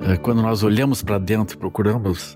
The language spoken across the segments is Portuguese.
Quando nós olhamos para dentro e procuramos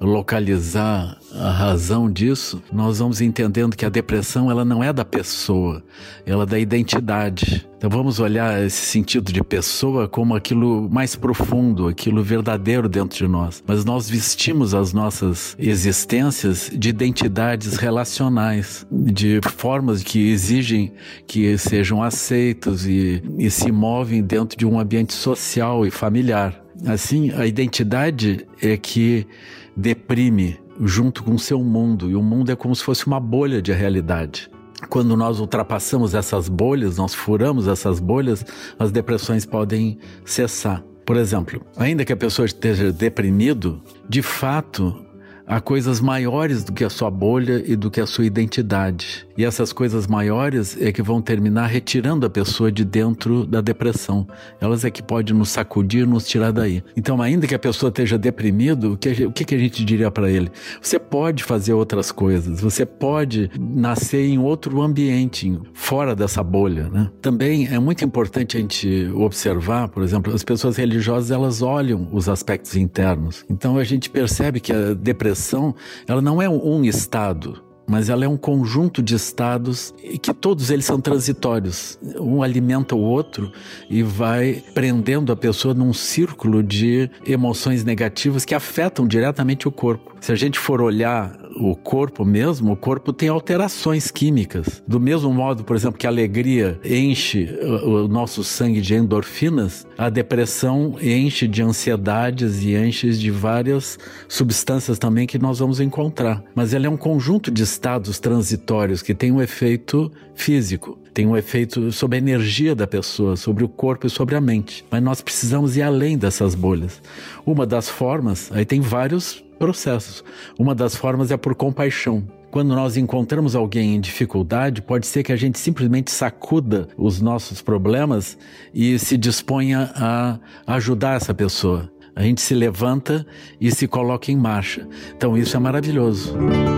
localizar a razão disso, nós vamos entendendo que a depressão ela não é da pessoa, ela é da identidade. Então vamos olhar esse sentido de pessoa como aquilo mais profundo, aquilo verdadeiro dentro de nós. Mas nós vestimos as nossas existências de identidades relacionais, de formas que exigem que sejam aceitos e se movem dentro de um ambiente social e familiar. Assim, a identidade é que deprime junto com o seu mundo, e o mundo é como se fosse uma bolha de realidade. Quando nós ultrapassamos essas bolhas, nós furamos essas bolhas, as depressões podem cessar. Por exemplo, ainda que a pessoa esteja deprimido, de fato, há coisas maiores do que a sua bolha e do que a sua identidade. E essas coisas maiores é que vão terminar retirando a pessoa de dentro da depressão. Elas é que podem nos sacudir, nos tirar daí. Então, ainda que a pessoa esteja deprimido, o que a gente diria para ele? Você pode fazer outras coisas. Você pode nascer em outro ambiente, fora dessa bolha, né? Também é muito importante a gente observar, por exemplo, as pessoas religiosas, elas olham os aspectos internos. Então, a gente percebe que a depressão, ela não é um estado, mas ela é um conjunto de estados e que todos eles são transitórios. Um alimenta o outro e vai prendendo a pessoa num círculo de emoções negativas que afetam diretamente o corpo. Se a gente for olhar o corpo mesmo, o corpo tem alterações químicas. Do mesmo modo, por exemplo, que a alegria enche o nosso sangue de endorfinas, a depressão enche de ansiedades e enche de várias substâncias também que nós vamos encontrar. Mas ela é um conjunto de estados transitórios que tem um efeito físico, tem um efeito sobre a energia da pessoa, sobre o corpo e sobre a mente. Mas nós precisamos ir além dessas bolhas. Uma das formas, aí tem vários processos. Uma das formas é por compaixão. Quando nós encontramos alguém em dificuldade, pode ser que a gente simplesmente sacuda os nossos problemas e se disponha a ajudar essa pessoa. A gente se levanta e se coloca em marcha. Então isso é maravilhoso.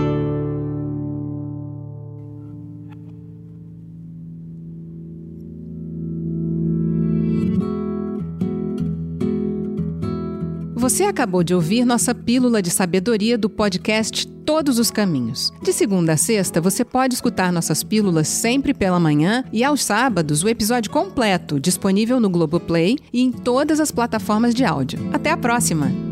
Você acabou de ouvir nossa pílula de sabedoria do podcast Todos os Caminhos. De segunda a sexta, você pode escutar nossas pílulas sempre pela manhã e aos sábados o episódio completo, disponível no Globoplay e em todas as plataformas de áudio. Até a próxima!